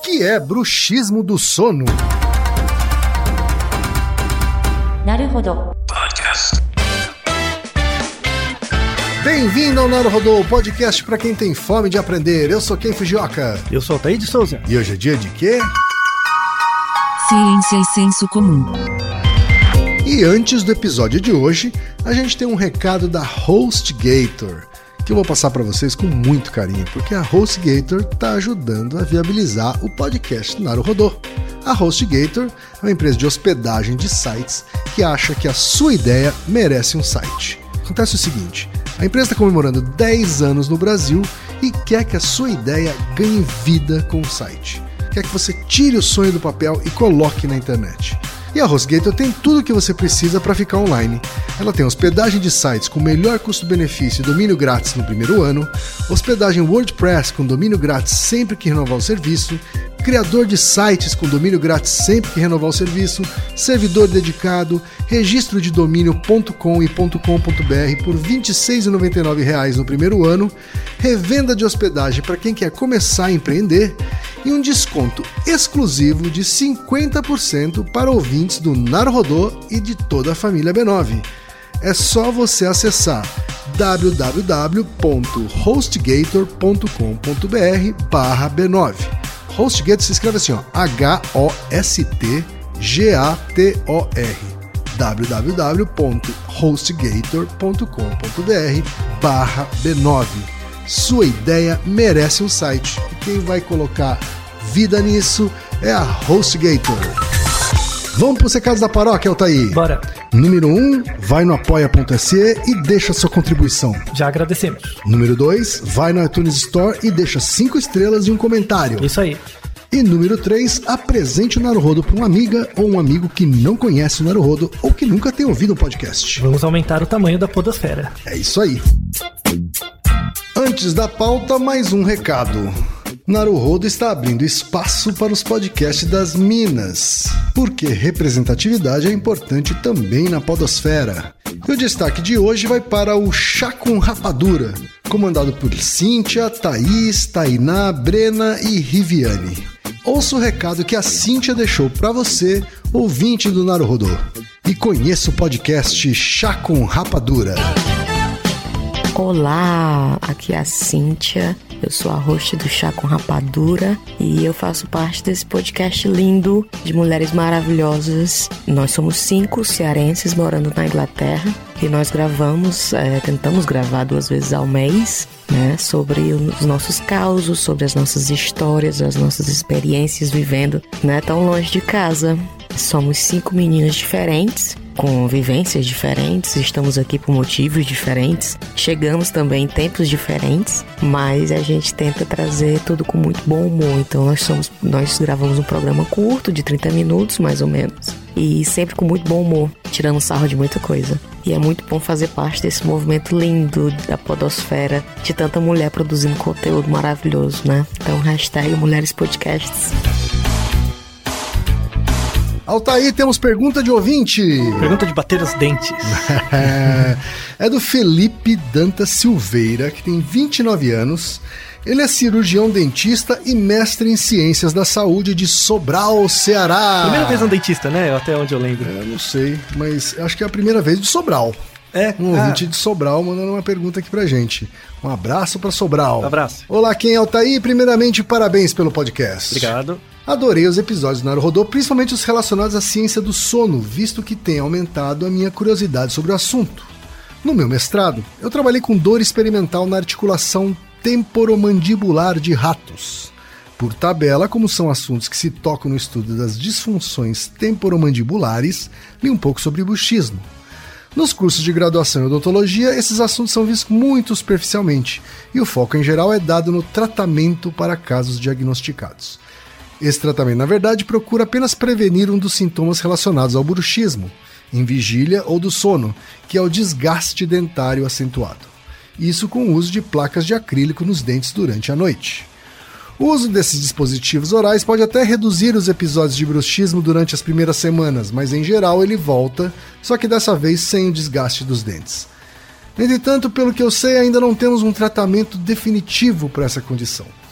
que é bruxismo do sono? Naruhodo. Bem-vindo ao Naruhodo, podcast para quem tem fome de aprender. Eu sou Ken Fujioka. Eu sou Altair de Souza. E hoje é dia de quê? Ciência e senso comum. E antes do episódio de hoje, a gente tem um recado da HostGator, que eu vou passar para vocês com muito carinho, porque a HostGator está ajudando a viabilizar o podcast Naruhodo. A HostGator é uma empresa de hospedagem de sites que acha que a sua ideia merece um site. Acontece o seguinte, a empresa está comemorando 10 anos no Brasil e quer que a sua ideia ganhe vida com o site. Quer que você tire o sonho do papel e coloque na internet. E a HostGator tem tudo o que você precisa para ficar online. Ela tem hospedagem de sites com melhor custo-benefício e domínio grátis no primeiro ano, hospedagem WordPress com domínio grátis sempre que renovar o serviço, criador de sites com domínio grátis sempre que renovar o serviço, servidor dedicado, registro de domínio.com e .com.br por R$ 26,99 no primeiro ano, revenda de hospedagem para quem quer começar a empreender e um desconto exclusivo de 50% para ouvintes do Naruhodo e de toda a família B9. É só você acessar www.hostgator.com.br/B9. HostGator se escreve assim, ó, HOSTGATOR. www.hostgator.com.br/B9. Sua ideia merece um site. E quem vai colocar vida nisso é a HostGator. Vamos para os recados da paróquia, Altair? Bora. Número 1, vai no apoia.se e deixa sua contribuição. Já agradecemos. Número 2, vai no iTunes Store e deixa 5 estrelas e um comentário. Isso aí. E número 3, apresente o Naruhodo para uma amiga ou um amigo que não conhece o Naruhodo ou que nunca tem ouvido um podcast. Vamos aumentar o tamanho da podosfera. É isso aí. Antes da pauta, mais um recado. Naruhodo está abrindo espaço para os podcasts das minas, porque representatividade é importante também na podosfera. E o destaque de hoje vai para o Chá com Rapadura, comandado por Cíntia, Thaís, Tainá, Brena e Riviane. Ouça o recado que a Cíntia deixou para você, ouvinte do Naruhodo, e conheça o podcast Chá com Rapadura. Olá, aqui é a Cíntia, eu sou a host do Chá com Rapadura e eu faço parte desse podcast lindo de mulheres maravilhosas. Nós somos 5 cearenses morando na Inglaterra e nós tentamos gravar 2 vezes ao mês, né, sobre os nossos causos, sobre as nossas histórias, as nossas experiências vivendo, né, tão longe de casa. Somos 5 meninas diferentes, com vivências diferentes, estamos aqui por motivos diferentes, chegamos também em tempos diferentes, mas a gente tenta trazer tudo com muito bom humor. Então nós gravamos um programa curto, de 30 minutos mais ou menos, e sempre com muito bom humor, tirando sarro de muita coisa. E é muito bom fazer parte desse movimento lindo da podosfera, de tanta mulher produzindo conteúdo maravilhoso, né? Então, #Mulheres Podcasts. Altair, temos pergunta de ouvinte. Pergunta de bater os dentes. É do Felipe Dantas Silveira, que tem 29 anos. Ele é cirurgião dentista e mestre em ciências da saúde de Sobral, Ceará. Primeira vez no dentista, né? Até onde eu lembro. Não sei, mas acho que é a primeira vez de Sobral. Um ouvinte de Sobral mandando uma pergunta aqui pra gente. Um abraço pra Sobral. Um abraço. Olá, quem é Altair? Primeiramente, parabéns pelo podcast. Obrigado. Adorei os episódios do Naruhodo, principalmente os relacionados à ciência do sono, visto que tem aumentado a minha curiosidade sobre o assunto. No meu mestrado, eu trabalhei com dor experimental na articulação temporomandibular de ratos. Por tabela, como são assuntos que se tocam no estudo das disfunções temporomandibulares, li um pouco sobre bruxismo. Nos cursos de graduação em odontologia, esses assuntos são vistos muito superficialmente, e o foco em geral é dado no tratamento para casos diagnosticados. Esse tratamento, na verdade, procura apenas prevenir um dos sintomas relacionados ao bruxismo, em vigília ou do sono, que é o desgaste dentário acentuado. Isso com o uso de placas de acrílico nos dentes durante a noite. O uso desses dispositivos orais pode até reduzir os episódios de bruxismo durante as primeiras semanas, mas em geral ele volta, só que dessa vez sem o desgaste dos dentes. Entretanto, pelo que eu sei, ainda não temos um tratamento definitivo para essa condição.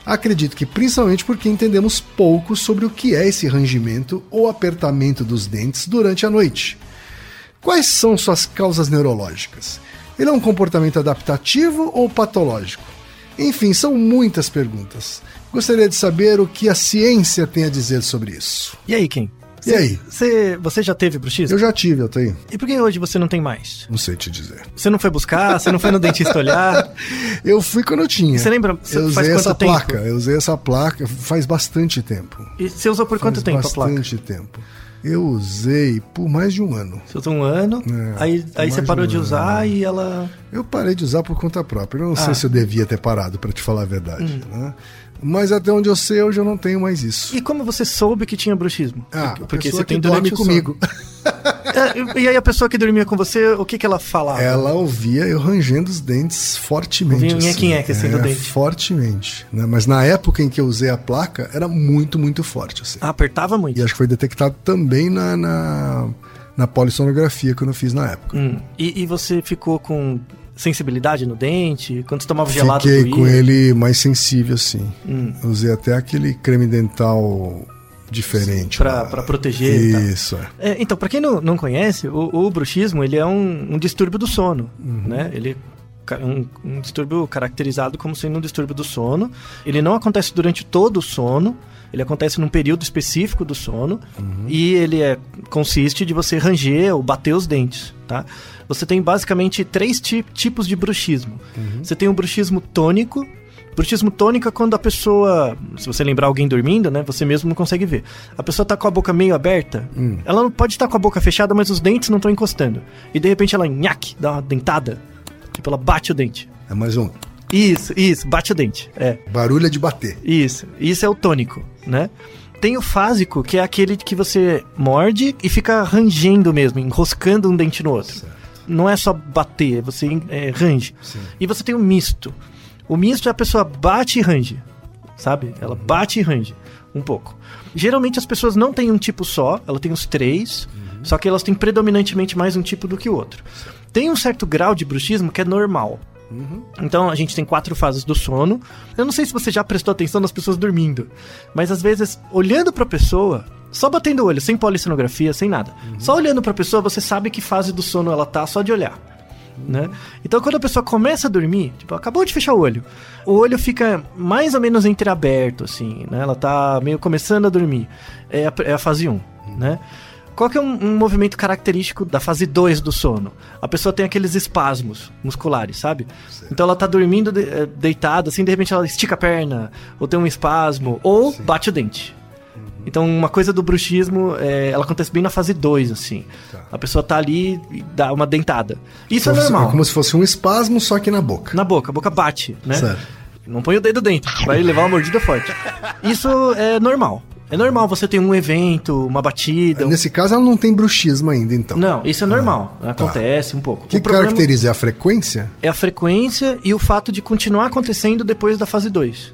Acredito que principalmente porque entendemos pouco sobre o que é esse rangimento ou apertamento dos dentes durante a noite. Quais são suas causas neurológicas? Ele é um comportamento adaptativo ou patológico? Enfim, são muitas perguntas. Gostaria de saber o que a ciência tem a dizer sobre isso. E aí, Kim? E aí? Você já teve bruxismo? Eu já tive, eu tenho. E por que hoje você não tem mais? Não sei te dizer. Você não foi buscar? Você não foi no dentista olhar? Eu fui quando eu tinha. Você lembra? Eu faz usei quanto essa tempo? placa. Eu usei essa placa faz bastante tempo. E você usou por quanto tempo a placa? Bastante tempo. Eu usei por mais de um ano. Você usou um ano, aí você parou de usar e ela... Eu parei de usar por conta própria. Eu não sei se eu devia ter parado, pra te falar a verdade. Né? Mas até onde eu sei, hoje eu não tenho mais isso. E como você soube que tinha bruxismo? Porque você tem dorme comigo. E aí a pessoa que dormia com você, o que ela falava? Ela ouvia eu rangendo os dentes fortemente. Ouvia quem é que assim do dente? Fortemente. Né? Mas na época em que eu usei a placa, era muito, muito forte. Assim. Apertava muito? E acho que foi detectado também na polissonografia que eu fiz na época. E você ficou com sensibilidade no dente? Quando você tomava gelado? Fiquei com ele mais sensível, sim. Usei até aquele creme dental diferente. Pra proteger. Isso, Então, pra quem não conhece, o bruxismo, ele é um distúrbio do sono, né? Ele é um distúrbio caracterizado como sendo um distúrbio do sono. Ele não acontece durante todo o sono, ele acontece num período específico do sono, e ele consiste de você ranger ou bater os dentes, tá? Você tem basicamente 3 tipos de bruxismo. Você tem o bruxismo tônico. Bruxismo tônico é quando a pessoa, se você lembrar alguém dormindo, né, você mesmo não consegue ver. A pessoa tá com a boca meio aberta, ela não pode estar com a boca fechada, mas os dentes não estão encostando. E de repente ela dá uma dentada, tipo ela bate o dente. É mais um. Isso, bate o dente. Barulho é de bater. Isso é o tônico, né? Tem o fásico, que é aquele que você morde e fica rangendo mesmo, enroscando um dente no outro. Certo. Não é só bater, você range. Sim. E você tem o misto. O misto é a pessoa bate e range, sabe? Ela bate e range um pouco. Geralmente as pessoas não têm um tipo só, ela tem os 3, só que elas têm predominantemente mais um tipo do que o outro. Tem um certo grau de bruxismo que é normal. Então a gente tem 4 fases do sono. Eu não sei se você já prestou atenção nas pessoas dormindo, mas às vezes, olhando pra pessoa, só batendo o olho, sem polissonografia, sem nada, só olhando pra pessoa, você sabe que fase do sono ela tá, só de olhar, né? Então quando a pessoa começa a dormir, tipo, acabou de fechar o olho fica mais ou menos entreaberto, assim, né? Ela tá meio começando a dormir. É a fase 1, né? Qual que é um movimento característico da fase 2 do sono? A pessoa tem aqueles espasmos musculares, sabe? Certo. Então ela tá dormindo deitada, assim, de repente ela estica a perna, ou tem um espasmo, ou bate o dente. Então uma coisa do bruxismo, ela acontece bem na fase 2, assim. Tá. A pessoa tá ali e dá uma dentada. Isso é normal. É como se fosse um espasmo, só que na boca. Na boca, a boca bate, né? Certo. Não põe o dedo dentro, vai levar uma mordida forte. Isso é normal. É normal você ter um evento, uma batida. Nesse caso, ela não tem bruxismo ainda, então. Não, isso é normal. Acontece um pouco. O que caracteriza? É a frequência? É a frequência e o fato de continuar acontecendo depois da fase 2.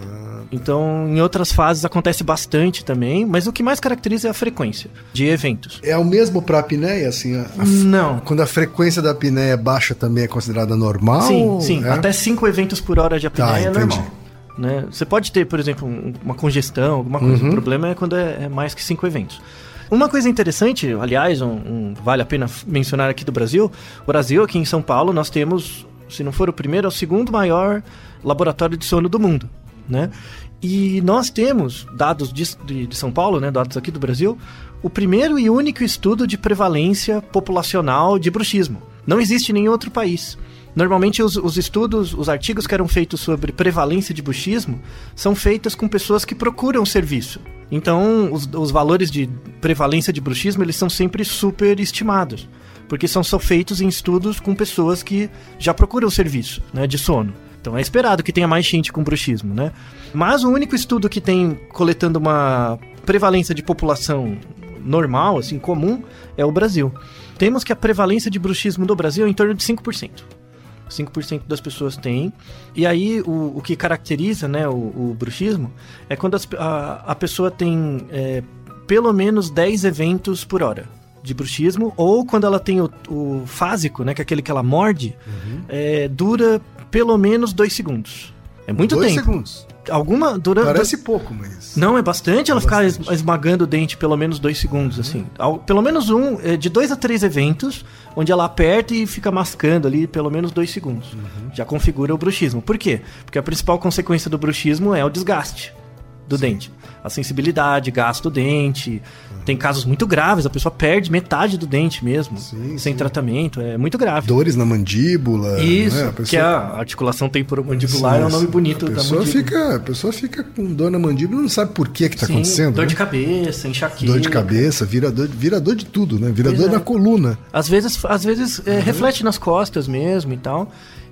Então, em outras fases acontece bastante também, mas o que mais caracteriza é a frequência de eventos. É o mesmo para a apneia, assim? Não. Quando a frequência da apneia baixa também é considerada normal? Sim. Até 5 eventos por hora de apneia é normal. Né? Você pode ter, por exemplo, uma congestão, alguma coisa. O problema é quando é mais que 5 eventos. Uma coisa interessante, aliás, vale a pena mencionar aqui do Brasil. O Brasil, aqui em São Paulo, nós temos, se não for o primeiro, é o 2º maior laboratório de sono do mundo, né? E nós temos, dados de São Paulo, né, dados aqui do Brasil, o primeiro e único estudo de prevalência populacional de bruxismo. Não existe em nenhum outro país. Normalmente os estudos, os artigos que eram feitos sobre prevalência de bruxismo são feitos com pessoas que procuram serviço. Então, os valores de prevalência de bruxismo, eles são sempre superestimados, porque são só feitos em estudos com pessoas que já procuram serviço, né, de sono. Então é esperado que tenha mais gente com bruxismo, né? Mas o único estudo que tem coletando uma prevalência de população normal, assim, comum, é o Brasil. Temos que a prevalência de bruxismo no Brasil é em torno de 5%. 5% das pessoas têm. E aí, o que caracteriza, né, o bruxismo é quando a pessoa tem pelo menos 10 eventos por hora de bruxismo, ou quando ela tem o fásico, né, que é aquele que ela morde, dura pelo menos 2 segundos. É muito 2 tempo. segundos. Parece pouco, mas... Não, é bastante ela ficar esmagando o dente pelo menos 2 segundos, assim. Pelo menos de 2 a 3 eventos, onde ela aperta e fica mascando ali pelo menos 2 segundos. Já configura o bruxismo. Por quê? Porque a principal consequência do bruxismo é o desgaste do dente. A sensibilidade, gasto do dente. Tem casos muito graves, a pessoa perde metade do dente mesmo, sem tratamento. É muito grave. Dores na mandíbula. Isso, né? que a articulação temporomandibular é um nome bonito da mandíbula. A pessoa fica com dor na mandíbula e não sabe por que tá acontecendo. Dor de cabeça, enxaqueca. Dor de cabeça, vira dor de tudo, né? Vira dor na coluna. Às vezes reflete nas costas mesmo e tal.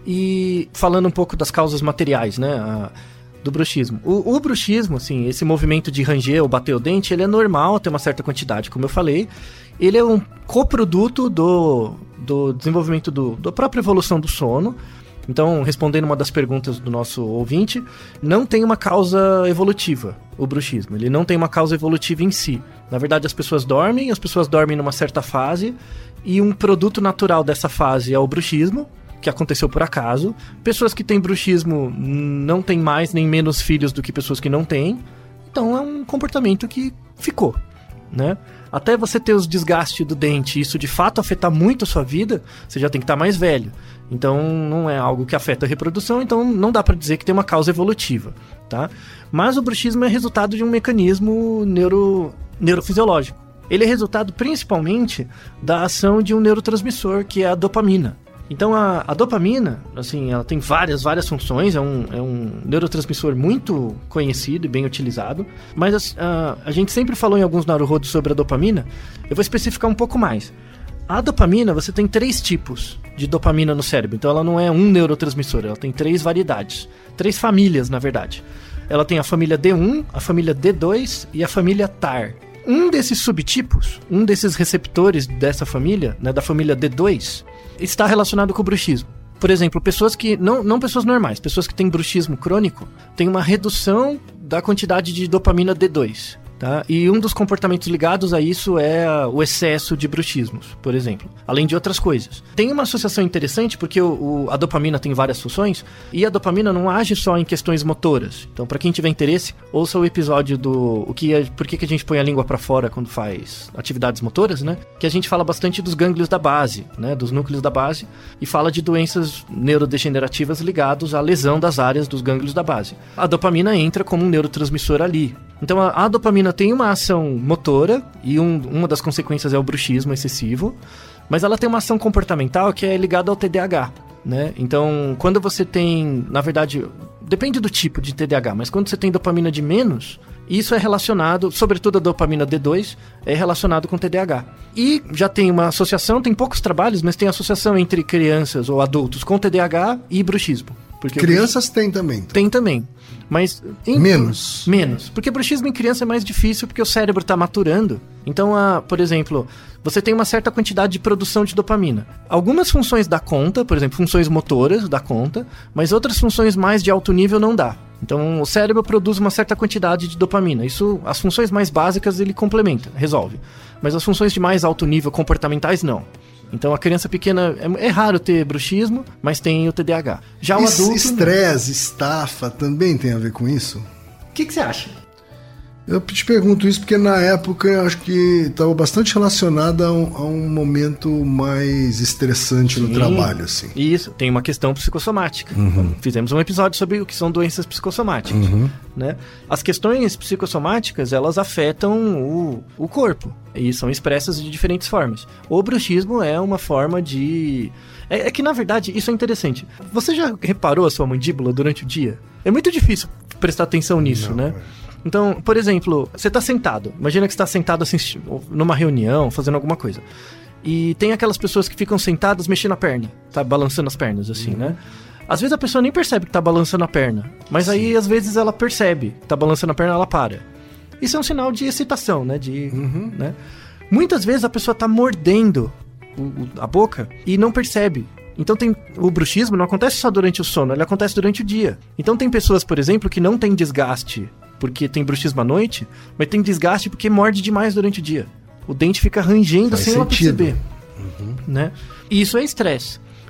E falando um pouco das causas materiais, né? Do bruxismo. O bruxismo, assim, esse movimento de ranger ou bater o dente, ele é normal até uma certa quantidade, como eu falei. Ele é um coproduto do desenvolvimento da própria evolução do sono. Então, respondendo uma das perguntas do nosso ouvinte, não tem uma causa evolutiva, o bruxismo. Ele não tem uma causa evolutiva em si. Na verdade, as pessoas dormem numa certa fase, e um produto natural dessa fase é o bruxismo, que aconteceu por acaso. Pessoas que têm bruxismo não têm mais nem menos filhos do que pessoas que não têm. Então é um comportamento que ficou, né? Até você ter os desgastes do dente, isso de fato afetar muito a sua vida, você já tem que estar mais velho. Então não é algo que afeta a reprodução, então não dá para dizer que tem uma causa evolutiva, tá? Mas o bruxismo é resultado de um mecanismo neurofisiológico. Ele é resultado principalmente da ação de um neurotransmissor, que é a dopamina. Então a dopamina, assim, ela tem várias funções, é um neurotransmissor muito conhecido e bem utilizado, mas a gente sempre falou em alguns naruhodos sobre a dopamina. Eu vou especificar um pouco mais. A dopamina, você tem 3 tipos de dopamina no cérebro, então ela não é um neurotransmissor, ela tem 3 variedades, 3 famílias na verdade. Ela tem a família D1, a família D2 e a família TAR. Um desses subtipos, um desses receptores dessa família, né, da família D2, está relacionado com o bruxismo. Por exemplo, pessoas que, não pessoas normais, pessoas que têm bruxismo crônico, têm uma redução da quantidade de dopamina D2. Tá? E um dos comportamentos ligados a isso é o excesso de bruxismos, por exemplo, além de outras coisas. Tem uma associação interessante porque a dopamina tem várias funções e a dopamina não age só em questões motoras. Então, para quem tiver interesse, ouça o episódio por que a gente põe a língua para fora quando faz atividades motoras, né? Que a gente fala bastante dos gânglios da base, né? Dos núcleos da base, e fala de doenças neurodegenerativas ligadas à lesão das áreas dos gânglios da base. A dopamina entra como um neurotransmissor ali. Então a dopamina tem uma ação motora e uma das consequências é o bruxismo excessivo, mas ela tem uma ação comportamental que é ligada ao TDAH, né? Então quando você tem, na verdade, depende do tipo de TDAH, mas quando você tem dopamina de menos, isso é relacionado, sobretudo a dopamina D2, é relacionado com TDAH. E já tem uma associação, tem poucos trabalhos, mas tem associação entre crianças ou adultos com TDAH e bruxismo. Porque crianças têm também. Então. Tem também. Mas menos. Porque bruxismo em criança é mais difícil porque o cérebro está maturando. Então, por exemplo, você tem uma certa quantidade de produção de dopamina. Algumas funções dá conta, por exemplo, funções motoras dá conta, mas outras funções mais de alto nível não dá. Então, o cérebro produz uma certa quantidade de dopamina. Isso, as funções mais básicas ele complementa, resolve. Mas as funções de mais alto nível comportamentais não. Então a criança pequena, é raro ter bruxismo, mas tem o TDAH. Já o adulto... Estresse, estafa, também tem a ver com isso? O que você acha? Eu te pergunto isso porque na época eu acho que estava bastante relacionada a um momento mais estressante no trabalho. Assim. Isso, tem uma questão psicossomática. Fizemos um episódio sobre o que são doenças psicossomáticas. Né? As questões psicossomáticas, elas afetam o corpo e são expressas de diferentes formas. O bruxismo é uma forma de... É que, na verdade, isso é interessante. Você já reparou a sua mandíbula durante o dia? É muito difícil prestar atenção nisso, né? Então, por exemplo, você está sentado. Imagina que você está sentado assim, numa reunião, fazendo alguma coisa. E tem aquelas pessoas que ficam sentadas mexendo a perna, tá? Balançando as pernas, assim, né? Às vezes a pessoa nem percebe que tá balançando a perna. Mas aí, às vezes, ela percebe que tá balançando a perna, ela para. Isso é um sinal de excitação, né? Né? Muitas vezes a pessoa tá mordendo a boca e não percebe. Então o bruxismo não acontece só durante o sono, ele acontece durante o dia. Então tem pessoas, por exemplo, que não tem desgaste porque tem bruxismo à noite, mas tem desgaste porque morde demais durante o dia. O dente fica rangendo sem ela perceber. Né? E isso é estresse.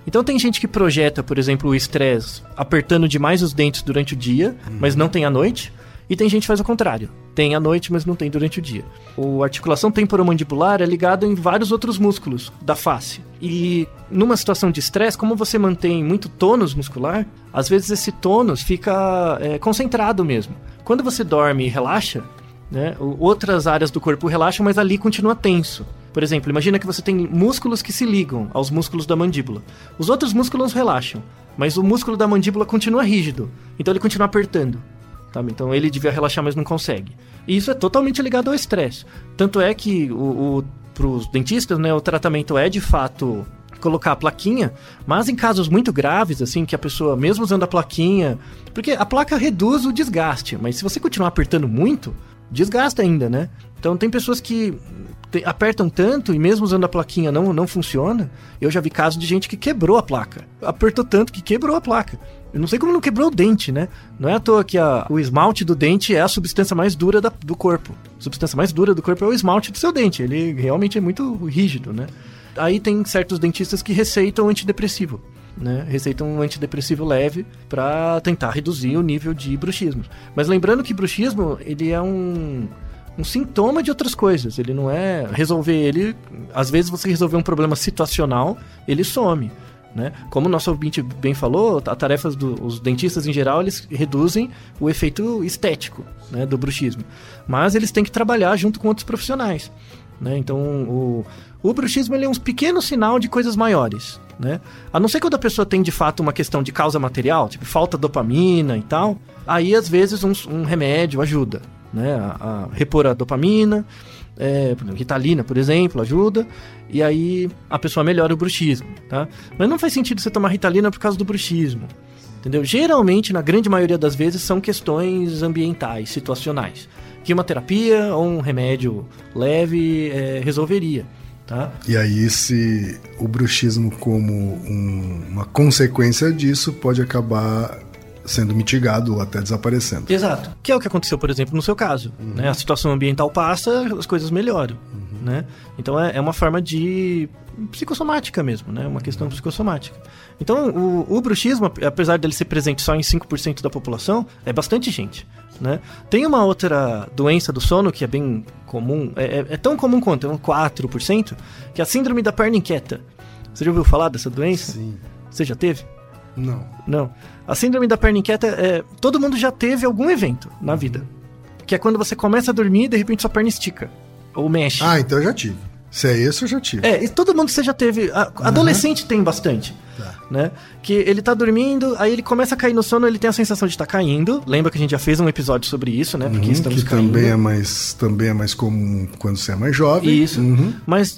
Então tem gente que projeta, por exemplo, o estresse apertando demais os dentes durante o dia, mas não tem à noite. E tem gente que faz o contrário. Tem à noite, mas não tem durante o dia. A articulação temporomandibular é ligada em vários outros músculos da face. E numa situação de estresse, como você mantém muito tônus muscular, às vezes esse tônus fica concentrado mesmo. Quando você dorme e relaxa, né, outras áreas do corpo relaxam, mas ali continua tenso. Por exemplo, imagina que você tem músculos que se ligam aos músculos da mandíbula. Os outros músculos relaxam, mas o músculo da mandíbula continua rígido. Então ele continua apertando. Então ele devia relaxar, mas não consegue. E isso é totalmente ligado ao estresse. Tanto é que para os dentistas, né, o tratamento é de fato colocar a plaquinha, mas em casos muito graves, assim, que a pessoa, mesmo usando a plaquinha... Porque a placa reduz o desgaste, mas se você continuar apertando muito, desgasta ainda, né? Então tem pessoas que apertam tanto e mesmo usando a plaquinha não funciona. Eu já vi casos de gente que quebrou a placa. Apertou tanto que quebrou a placa. Eu não sei como não quebrou o dente, né? Não é à toa que o esmalte do dente é a substância mais dura do corpo. A substância mais dura do corpo é o esmalte do seu dente. Ele realmente é muito rígido, né? Aí tem certos dentistas que receitam antidepressivo, né? Receitam um antidepressivo leve para tentar reduzir o nível de bruxismo. Mas lembrando que bruxismo, ele é um sintoma de outras coisas. Ele não é resolver ele... Às vezes você resolver um problema situacional, ele some. Né? Como o nosso ouvinte bem falou, a tarefa dos dentistas em geral, eles reduzem o efeito estético, né, do bruxismo. Mas eles têm que trabalhar junto com outros profissionais. Né? Então, o bruxismo ele é um pequeno sinal de coisas maiores. Né? A não ser quando a pessoa tem de fato uma questão de causa material, tipo falta de dopamina e tal, aí às vezes um remédio ajuda, né, a repor a dopamina. Ritalina, por exemplo, ajuda, e aí a pessoa melhora o bruxismo, tá? Mas não faz sentido você tomar Ritalina por causa do bruxismo, entendeu? Geralmente, na grande maioria das vezes, são questões ambientais, situacionais, que uma terapia ou um remédio leve resolveria, tá? E aí, se o bruxismo como uma consequência disso pode acabar sendo mitigado ou até desaparecendo. Exato. Que é o que aconteceu, por exemplo, no seu caso. Né? A situação ambiental passa, as coisas melhoram. Né? Então é uma forma de psicossomática mesmo, né? Uma questão psicossomática. Então o bruxismo, apesar dele ser presente só em 5% da população, é bastante gente. Né? Tem uma outra doença do sono que é bem comum, é tão comum quanto, é um 4%, que é a síndrome da perna inquieta. Você já ouviu falar dessa doença? Sim. Você já teve? Não. A síndrome da perna inquieta, todo mundo já teve algum evento na vida. Que é quando você começa a dormir e de repente sua perna estica. Ou mexe. Ah, então eu já tive. Se é esse, eu já tive. E todo mundo você já teve. Adolescente tem bastante. Tá. Né? Que ele tá dormindo, aí ele começa a cair no sono, ele tem a sensação de estar caindo. Lembra que a gente já fez um episódio sobre isso, né? Porque estamos que caindo. também é mais comum quando você é mais jovem. Isso. Mas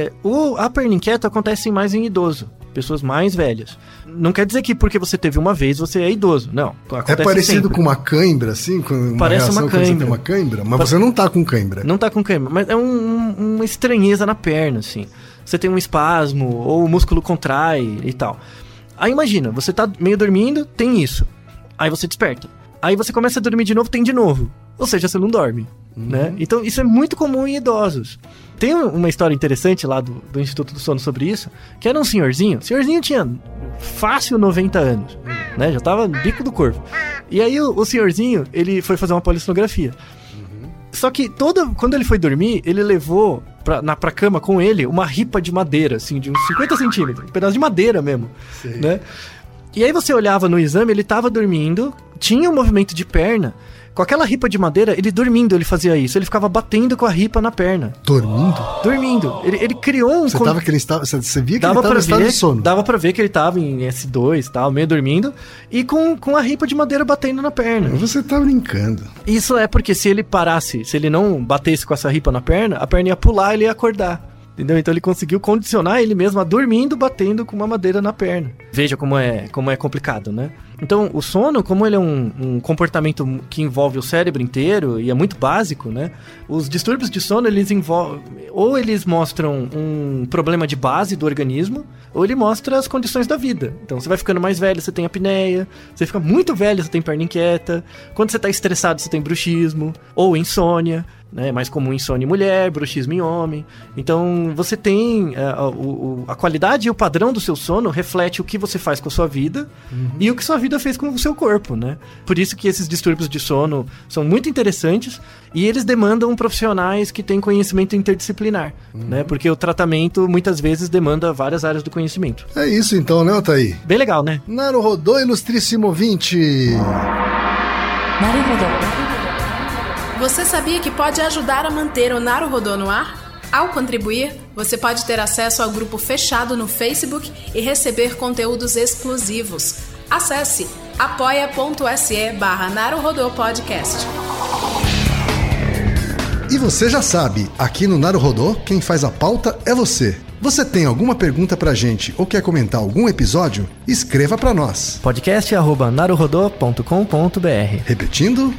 a perna inquieta acontece mais em idoso. Pessoas mais velhas. Não quer dizer que porque você teve uma vez, você é idoso. Não. É parecido com uma cãibra, assim? Com Parece uma cãibra. Você tem uma cãibra? Mas você não tá com cãibra. Não tá com cãibra, mas é uma estranheza na perna, assim. Você tem um espasmo, ou o músculo contrai e tal. Aí imagina, você tá meio dormindo, tem isso. Aí você desperta. Aí você começa a dormir de novo, tem de novo. Ou seja, você não dorme. Né? Então isso é muito comum em idosos. Tem uma história interessante lá do Instituto do Sono sobre isso, que era um senhorzinho. O senhorzinho tinha fácil 90 anos, né? Já tava no bico do corvo. E aí o senhorzinho, ele foi fazer uma polissonografia. Só que quando ele foi dormir, ele levou pra cama com ele uma ripa de madeira, assim, de uns 50 centímetros. Um pedaço de madeira mesmo, né? E aí você olhava no exame, ele tava dormindo, tinha um movimento de perna. Com aquela ripa de madeira, ele dormindo, ele fazia isso. Ele ficava batendo com a ripa na perna. Dormindo? Dormindo. Ele criou um... Você via que ele estava em estado de sono? Dava pra ver que ele estava em S2 e tal, meio dormindo. E com a ripa de madeira batendo na perna. Você tá brincando. Isso é porque se ele parasse, se ele não batesse com essa ripa na perna, a perna ia pular e ele ia acordar. Entendeu? Então ele conseguiu condicionar ele mesmo a dormindo, batendo com uma madeira na perna. Veja como é complicado, né? Então o sono, como ele é um comportamento que envolve o cérebro inteiro e é muito básico, né? Os distúrbios de sono, eles mostram um problema de base do organismo, ou ele mostra as condições da vida. Então você vai ficando mais velho, você tem apneia. Você fica muito velho, você tem perna inquieta. Quando você tá estressado, você tem bruxismo ou insônia. né? É mais comum insônia em mulher, bruxismo em homem. Então, você tem a qualidade e o padrão do seu sono reflete o que você faz com a sua vida e o que sua vida fez com o seu corpo, né? Por isso que esses distúrbios de sono são muito interessantes e eles demandam profissionais que têm conhecimento interdisciplinar, né? Porque o tratamento, muitas vezes, demanda várias áreas do conhecimento. É isso então, né, Altair? Bem legal, né? Naruhodô, ilustríssimo ouvinte! Naruhodô. Você sabia que pode ajudar a manter o Naruhodô no ar? Ao contribuir, você pode ter acesso ao grupo fechado no Facebook e receber conteúdos exclusivos. Acesse apoia.se/Naruhodô Podcast. E você já sabe, aqui no Naruhodô, quem faz a pauta é você. Você tem alguma pergunta pra gente ou quer comentar algum episódio? Escreva pra nós. podcast@naruhodô.com.br. Repetindo?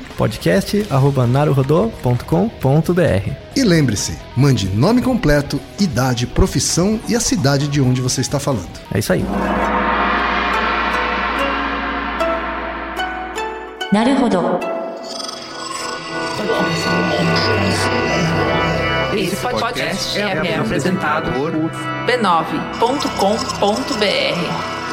podcast@naruhodô.com.br. E lembre-se, mande nome completo, idade, profissão e a cidade de onde você está falando. É isso aí. Naruhodô. Esse podcast é apresentado por b9.com.br.